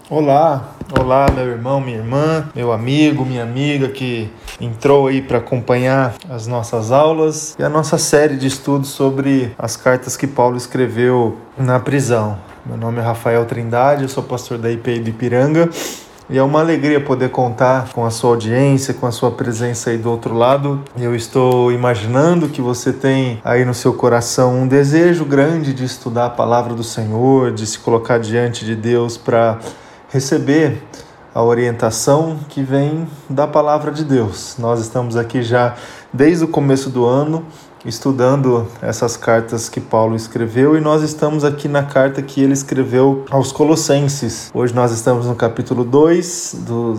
Olá, olá meu irmão, minha irmã, meu amigo, minha amiga que entrou aí para acompanhar as nossas aulas e a nossa série de estudos sobre as cartas que Paulo escreveu na prisão. Meu nome é Rafael Trindade, eu sou pastor da IPI do Ipiranga e é uma alegria poder contar com a sua audiência, com a sua presença aí do outro lado. Eu estou imaginando que você tem aí no seu coração um desejo grande de estudar a palavra do Senhor, de se colocar diante de Deus para receber a orientação que vem da palavra de Deus. Nós estamos aqui já desde o começo do ano estudando essas cartas que Paulo escreveu e nós estamos aqui na carta que ele escreveu aos Colossenses. Hoje nós estamos no capítulo 2,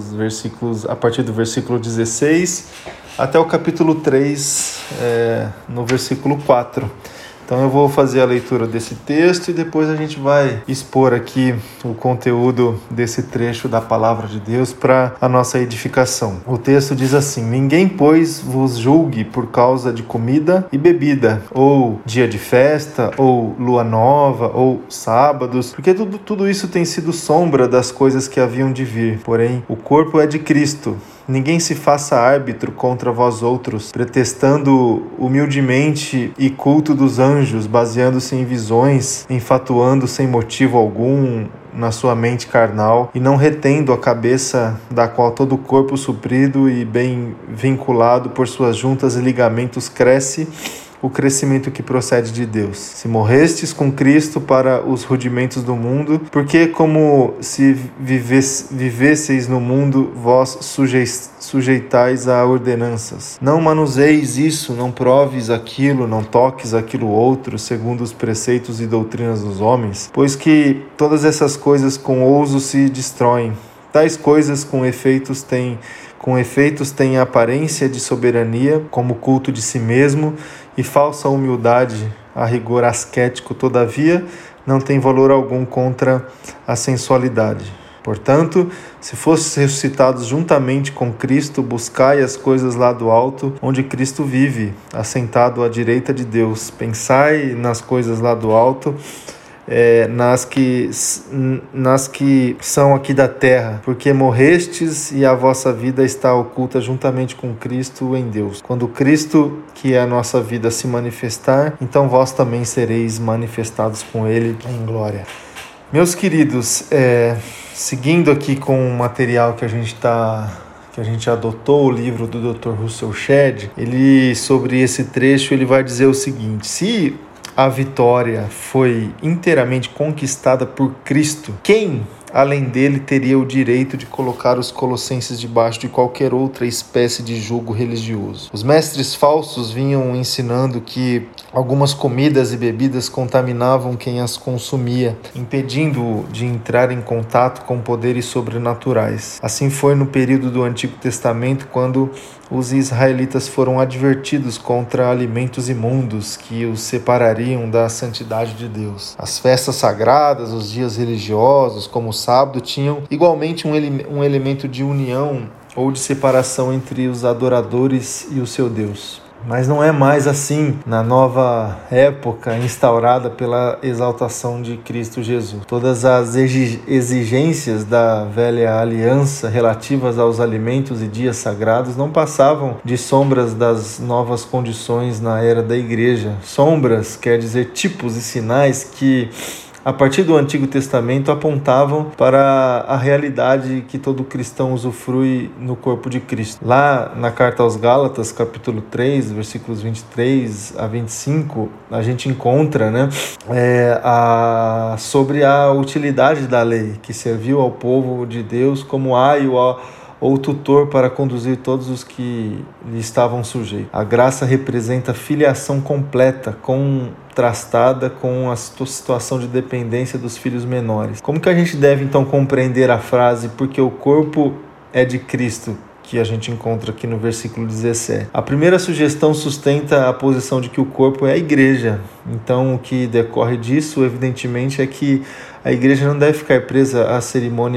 a partir do versículo 16 até o capítulo 3, no versículo 4. Então eu vou fazer a leitura desse texto e depois a gente vai expor aqui o conteúdo desse trecho da palavra de Deus para a nossa edificação. O texto diz assim: ninguém, pois, vos julgue por causa de comida e bebida, ou dia de festa, ou lua nova, ou sábados, porque tudo isso tem sido sombra das coisas que haviam de vir. Porém, o corpo é de Cristo. Ninguém se faça árbitro contra vós outros, pretextando humildemente e culto dos anjos, baseando-se em visões, enfatuando sem motivo algum na sua mente carnal, e não retendo a cabeça, da qual todo o corpo suprido e bem vinculado por suas juntas e ligamentos cresce, o crescimento que procede de Deus. Se morrestes com Cristo para os rudimentos do mundo, porque como se vivesseis no mundo, vós sujeitais a ordenanças. Não manuseis isso, não proves aquilo, não toques aquilo outro, segundo os preceitos e doutrinas dos homens, pois que todas essas coisas com ouso se destroem. Tais coisas com efeitos têm a aparência de soberania, como culto de si mesmo, e falsa humildade, a rigor ascético, todavia, não tem valor algum contra a sensualidade. Portanto, se fostes ressuscitados juntamente com Cristo, buscai as coisas lá do alto, onde Cristo vive, assentado à direita de Deus. Pensai nas coisas lá do alto, nas que são aqui da terra, porque morrestes e a vossa vida está oculta juntamente com Cristo em Deus. Quando Cristo, que é a nossa vida, se manifestar, então vós também sereis manifestados com Ele em glória. Meus queridos, seguindo aqui com o material que a gente adotou, o livro do Dr. Russell Shedd, sobre esse trecho, ele vai dizer o seguinte: se a vitória foi inteiramente conquistada por Cristo, quem, além dele, teria o direito de colocar os colossenses debaixo de qualquer outra espécie de jugo religioso? Os mestres falsos vinham ensinando que algumas comidas e bebidas contaminavam quem as consumia, impedindo-o de entrar em contato com poderes sobrenaturais. Assim foi no período do Antigo Testamento, quando os israelitas foram advertidos contra alimentos imundos que os separariam da santidade de Deus. As festas sagradas, os dias religiosos, como o sábado, tinham igualmente um elemento de união ou de separação entre os adoradores e o seu Deus. Mas não é mais assim na nova época instaurada pela exaltação de Cristo Jesus. Todas as exigências da velha aliança relativas aos alimentos e dias sagrados não passavam de sombras das novas condições na era da igreja. Sombras quer dizer tipos e sinais que, a partir do Antigo Testamento, apontavam para a realidade que todo cristão usufrui no corpo de Cristo. Lá na carta aos Gálatas, capítulo 3, versículos 23 a 25, a gente encontra sobre a utilidade da lei, que serviu ao povo de Deus como aio ou tutor para conduzir todos os que lhe estavam sujeitos. A graça representa filiação completa, contrastada com a situação de dependência dos filhos menores. Como que a gente deve então compreender a frase "porque o corpo é de Cristo", que a gente encontra aqui no versículo 17. A primeira sugestão sustenta a posição de que o corpo é a igreja. Então, o que decorre disso, evidentemente, é que A igreja não deve ficar presa a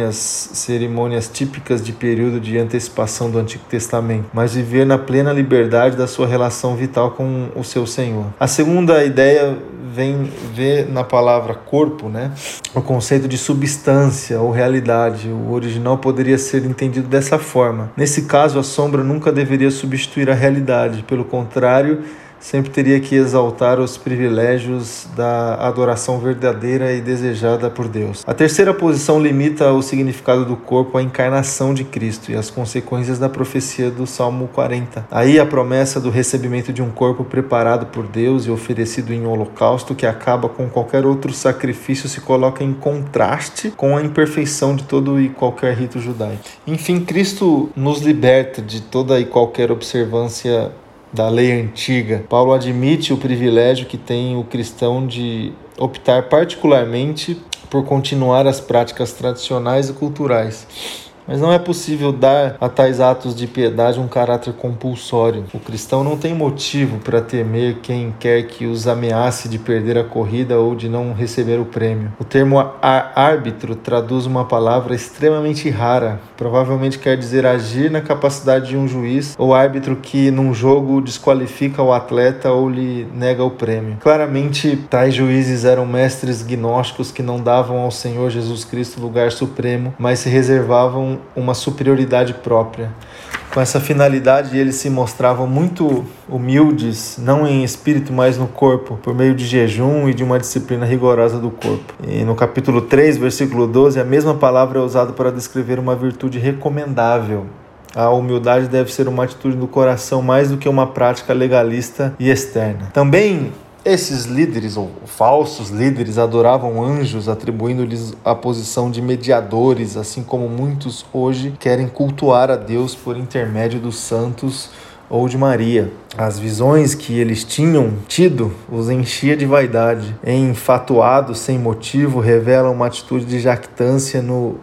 cerimônias típicas de período de antecipação do Antigo Testamento, mas viver na plena liberdade da sua relação vital com o seu Senhor. A segunda ideia vem ver na palavra corpo, né, o conceito de substância ou realidade. O original poderia ser entendido dessa forma. Nesse caso, a sombra nunca deveria substituir a realidade. Pelo contrário, sempre teria que exaltar os privilégios da adoração verdadeira e desejada por Deus. A terceira posição limita o significado do corpo à encarnação de Cristo e às consequências da profecia do Salmo 40. Aí a promessa do recebimento de um corpo preparado por Deus e oferecido em holocausto, que acaba com qualquer outro sacrifício, se coloca em contraste com a imperfeição de todo e qualquer rito judaico. Enfim, Cristo nos liberta de toda e qualquer observância da lei antiga. Paulo admite o privilégio que tem o cristão de optar particularmente por continuar as práticas tradicionais e culturais. Mas não é possível dar a tais atos de piedade um caráter compulsório. O cristão não tem motivo para temer quem quer que os ameace de perder a corrida ou de não receber o prêmio. O termo árbitro traduz uma palavra extremamente rara. Provavelmente quer dizer agir na capacidade de um juiz ou árbitro que num jogo desqualifica o atleta ou lhe nega o prêmio. Claramente, tais juízes eram mestres gnósticos que não davam ao Senhor Jesus Cristo lugar supremo, mas se reservavam uma superioridade própria. Com essa finalidade, eles se mostravam muito humildes, não em espírito, mas no corpo, por meio de jejum e de uma disciplina rigorosa do corpo. E no capítulo 3, versículo 12, a mesma palavra é usada para descrever uma virtude recomendável. A humildade deve ser uma atitude do coração mais do que uma prática legalista e externa. Também esses líderes, ou falsos líderes, adoravam anjos, atribuindo-lhes a posição de mediadores, assim como muitos hoje querem cultuar a Deus por intermédio dos santos ou de Maria. As visões que eles tinham tido os enchia de vaidade. Enfatuados sem motivo, revelam uma atitude de jactância no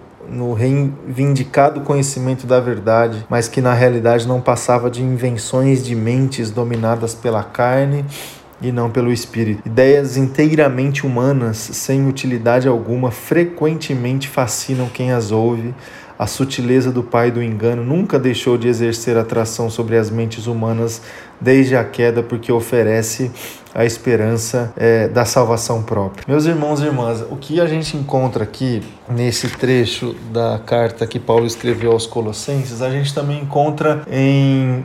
reivindicado conhecimento da verdade, mas que na realidade não passava de invenções de mentes dominadas pela carne e não pelo espírito. Ideias inteiramente humanas, sem utilidade alguma, frequentemente fascinam quem as ouve. A sutileza do pai do engano nunca deixou de exercer atração sobre as mentes humanas desde a queda, porque oferece a esperança da salvação própria. Meus irmãos e irmãs, o que a gente encontra aqui nesse trecho da carta que Paulo escreveu aos Colossenses, a gente também encontra em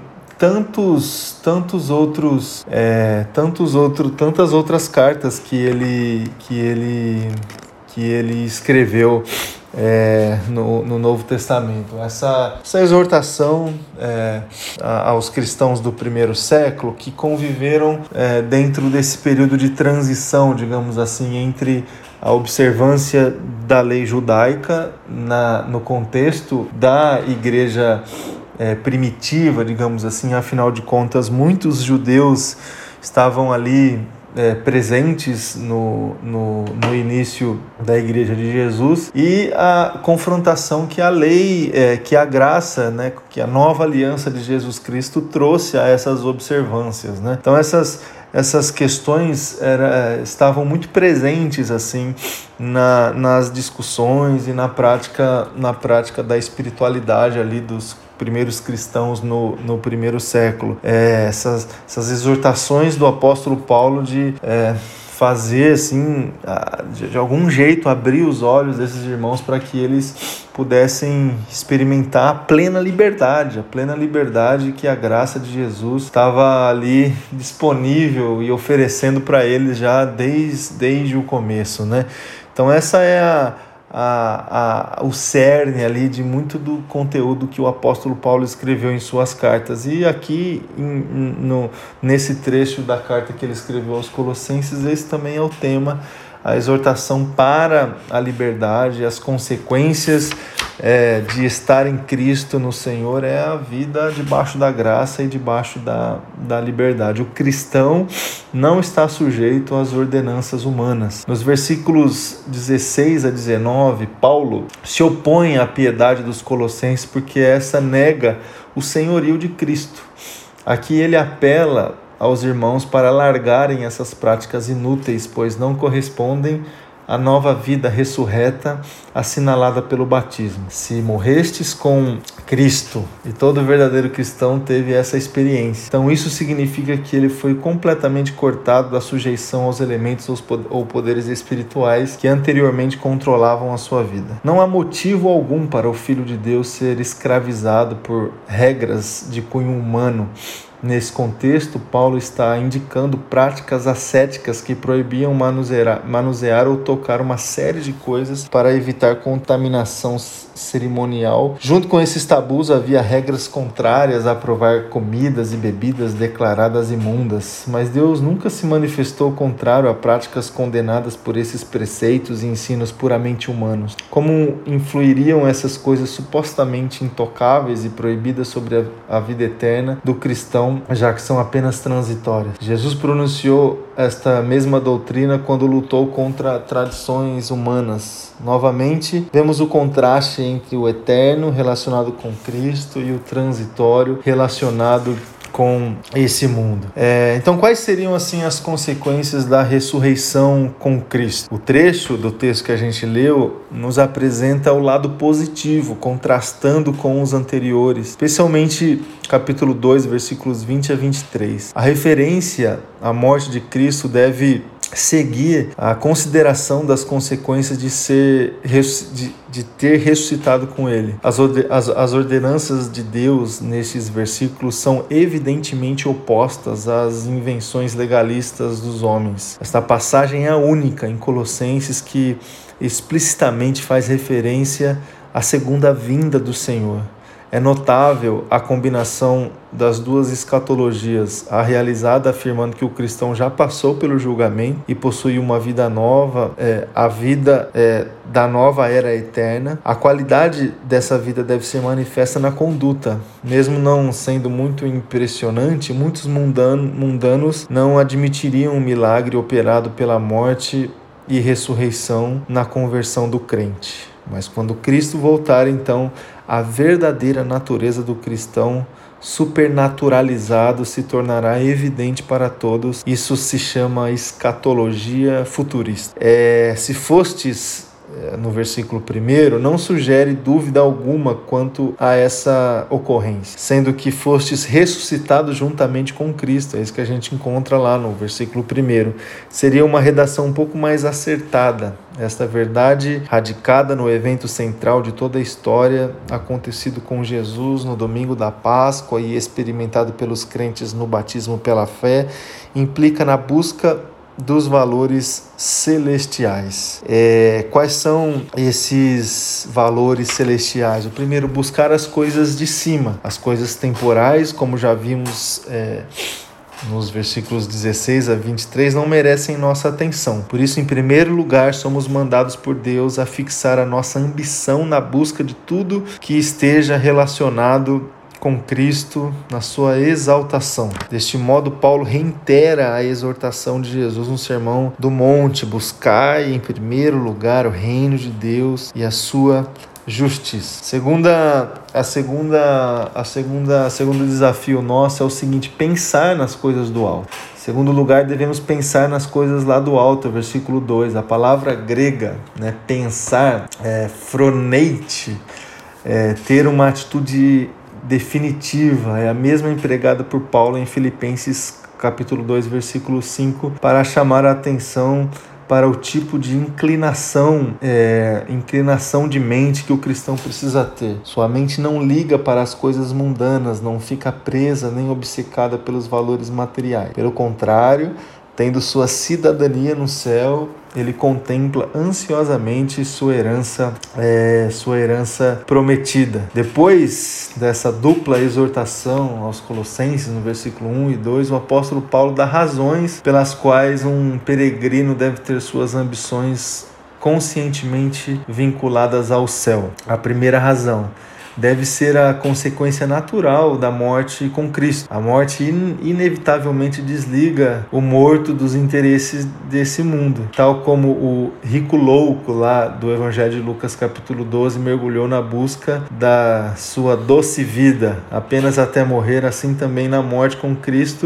tantas outras cartas que ele escreveu no Novo Testamento. Essa exortação aos cristãos do primeiro século que conviveram dentro desse período de transição, digamos assim, entre a observância da lei judaica no contexto da igreja primitiva, digamos assim. Afinal de contas, muitos judeus estavam ali presentes no início da Igreja de Jesus, e a confrontação que a lei, que a graça, né, que a nova aliança de Jesus Cristo trouxe a essas observâncias, né? Então essas questões estavam muito presentes assim nas discussões e na prática da espiritualidade ali dos primeiros cristãos no primeiro século. Essas exortações do apóstolo Paulo de fazer assim, de algum jeito abrir os olhos desses irmãos para que eles pudessem experimentar a plena liberdade que a graça de Jesus estava ali disponível e oferecendo para eles já desde o começo, né? Então essa é o cerne ali de muito do conteúdo que o apóstolo Paulo escreveu em suas cartas. E aqui nesse trecho da carta que ele escreveu aos Colossenses, esse também é o tema, a exortação para a liberdade. As consequências de estar em Cristo, no Senhor, é a vida debaixo da graça e debaixo da liberdade. O cristão não está sujeito às ordenanças humanas. Nos versículos 16 a 19, Paulo se opõe à piedade dos colossenses porque essa nega o senhorio de Cristo. Aqui ele apela aos irmãos para largarem essas práticas inúteis, pois não correspondem a nova vida ressurreta assinalada pelo batismo. Se morrestes com Cristo, e todo verdadeiro cristão teve essa experiência. Então isso significa que ele foi completamente cortado da sujeição aos elementos ou poderes espirituais que anteriormente controlavam a sua vida. Não há motivo algum para o Filho de Deus ser escravizado por regras de cunho humano. Nesse contexto, Paulo está indicando práticas ascéticas que proibiam manusear ou tocar uma série de coisas para evitar contaminação cerimonial. Junto com esses tabus, havia regras contrárias a provar comidas e bebidas declaradas imundas, mas Deus nunca se manifestou contrário a práticas condenadas por esses preceitos e ensinos puramente humanos. Como influiriam essas coisas supostamente intocáveis e proibidas sobre a vida eterna do cristão, já que são apenas transitórias? Jesus pronunciou esta mesma doutrina quando lutou contra tradições humanas. Novamente, vemos o contraste entre o eterno, relacionado com Cristo, e o transitório, relacionado com esse mundo. Então, quais seriam assim as consequências da ressurreição com Cristo? O trecho do texto que a gente leu nos apresenta o lado positivo, contrastando com os anteriores, especialmente capítulo 2, versículos 20 a 23. A referência à morte de Cristo deve seguir a consideração das consequências de ter ressuscitado com ele. As ordenanças de Deus nesses versículos são evidentemente opostas às invenções legalistas dos homens. Esta passagem é a única em Colossenses que explicitamente faz referência à segunda vinda do Senhor. É notável a combinação das duas escatologias, a realizada afirmando que o cristão já passou pelo julgamento e possui uma vida nova, a vida da nova era eterna. A qualidade dessa vida deve ser manifesta na conduta. Mesmo não sendo muito impressionante, muitos mundanos não admitiriam um milagre operado pela morte e ressurreição na conversão do crente. Mas quando Cristo voltar, então, a verdadeira natureza do cristão supernaturalizado se tornará evidente para todos. Isso se chama escatologia futurista. Se fostes, no versículo 1, não sugere dúvida alguma quanto a essa ocorrência, sendo que fostes ressuscitados juntamente com Cristo. É isso que a gente encontra lá no versículo 1. Seria uma redação um pouco mais acertada. Esta verdade, radicada no evento central de toda a história, acontecido com Jesus no domingo da Páscoa e experimentado pelos crentes no batismo pela fé, implica na busca dos valores celestiais. Quais são esses valores celestiais? O primeiro, buscar as coisas de cima, as coisas temporais, como já vimos nos versículos 16 a 23, não merecem nossa atenção. Por isso, em primeiro lugar, somos mandados por Deus a fixar a nossa ambição na busca de tudo que esteja relacionado com Cristo na sua exaltação. Deste modo, Paulo reitera a exortação de Jesus no Sermão do Monte: buscai em primeiro lugar o reino de Deus e a sua justiça. Segundo desafio nosso é o seguinte: pensar nas coisas do alto. Em segundo lugar, devemos pensar nas coisas lá do alto, versículo 2. A palavra grega, pensar, phroneite, ter uma atitude definitiva, é a mesma empregada por Paulo em Filipenses capítulo 2, versículo 5, para chamar a atenção para o tipo de inclinação de mente que o cristão precisa ter. Sua mente não liga para as coisas mundanas, não fica presa nem obcecada pelos valores materiais. Pelo contrário, tendo sua cidadania no céu, ele contempla ansiosamente sua herança prometida. Depois dessa dupla exortação aos Colossenses, no versículo 1 e 2, o apóstolo Paulo dá razões pelas quais um peregrino deve ter suas ambições conscientemente vinculadas ao céu. A primeira razão deve ser a consequência natural da morte com Cristo. A morte inevitavelmente desliga o morto dos interesses desse mundo. Tal como o rico louco lá do Evangelho de Lucas capítulo 12 mergulhou na busca da sua doce vida apenas até morrer, assim também na morte com Cristo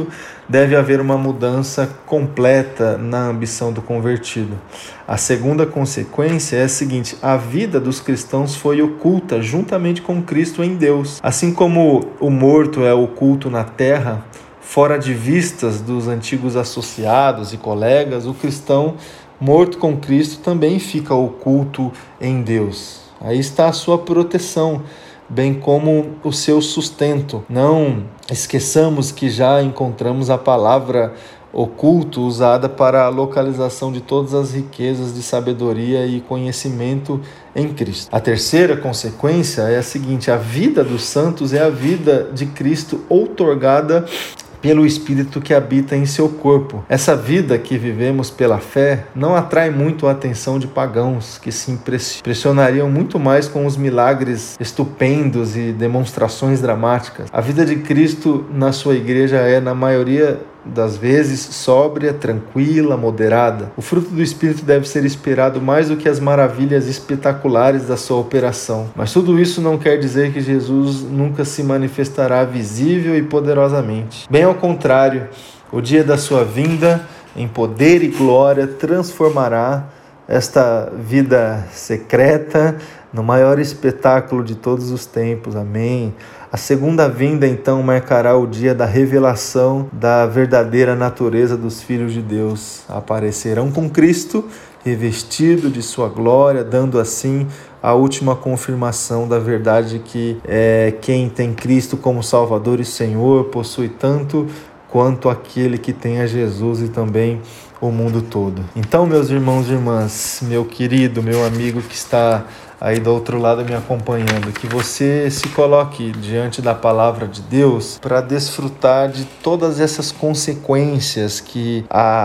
deve haver uma mudança completa na ambição do convertido. A segunda consequência é a seguinte: a vida dos cristãos foi oculta juntamente com Cristo em Deus. Assim como o morto é oculto na terra, fora de vistas dos antigos associados e colegas, o cristão morto com Cristo também fica oculto em Deus. Aí está a sua proteção, bem como o seu sustento. Não esqueçamos que já encontramos a palavra oculto usada para a localização de todas as riquezas de sabedoria e conhecimento em Cristo. A terceira consequência é a seguinte: a vida dos santos é a vida de Cristo outorgada pelo Espírito que habita em seu corpo. Essa vida que vivemos pela fé não atrai muito a atenção de pagãos, que se impressionariam muito mais com os milagres estupendos e demonstrações dramáticas. A vida de Cristo na sua igreja é, na maioria das vezes, sóbria, tranquila, moderada. O fruto do Espírito deve ser esperado mais do que as maravilhas espetaculares da sua operação. Mas tudo isso não quer dizer que Jesus nunca se manifestará visível e poderosamente. Bem ao contrário, o dia da sua vinda, em poder e glória, transformará esta vida secreta no maior espetáculo de todos os tempos. Amém. A segunda vinda, então, marcará o dia da revelação da verdadeira natureza dos filhos de Deus. Aparecerão com Cristo, revestido de sua glória, dando assim a última confirmação da verdade que quem tem Cristo como Salvador e Senhor possui tanto quanto aquele que tem a Jesus e também o mundo todo. Então, meus irmãos e irmãs, meu querido, meu amigo que está aí do outro lado me acompanhando, que você se coloque diante da palavra de Deus para desfrutar de todas essas consequências que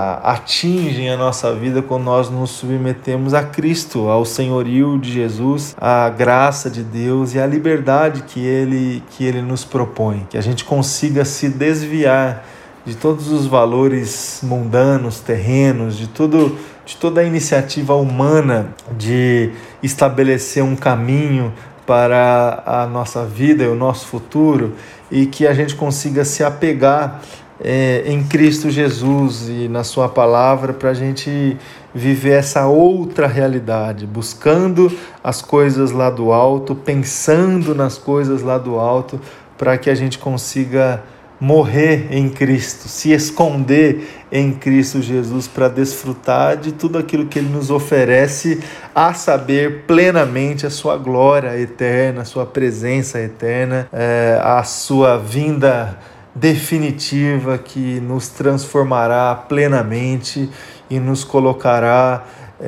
atingem a nossa vida quando nós nos submetemos a Cristo, ao senhorio de Jesus, à graça de Deus e à liberdade que Ele nos propõe. Que a gente consiga se desviar de todos os valores mundanos, terrenos, de toda a iniciativa humana de estabelecer um caminho para a nossa vida e o nosso futuro, e que a gente consiga se apegar em Cristo Jesus e na sua palavra para a gente viver essa outra realidade, buscando as coisas lá do alto, pensando nas coisas lá do alto, para que a gente consiga morrer em Cristo, se esconder em Cristo Jesus para desfrutar de tudo aquilo que Ele nos oferece, a saber, plenamente a sua glória eterna, a sua presença eterna, a sua vinda definitiva que nos transformará plenamente e nos colocará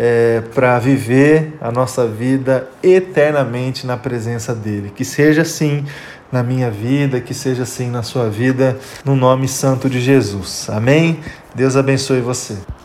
para viver a nossa vida eternamente na presença dEle. Que seja assim na minha vida, que seja assim na sua vida, no nome santo de Jesus. Amém? Deus abençoe você.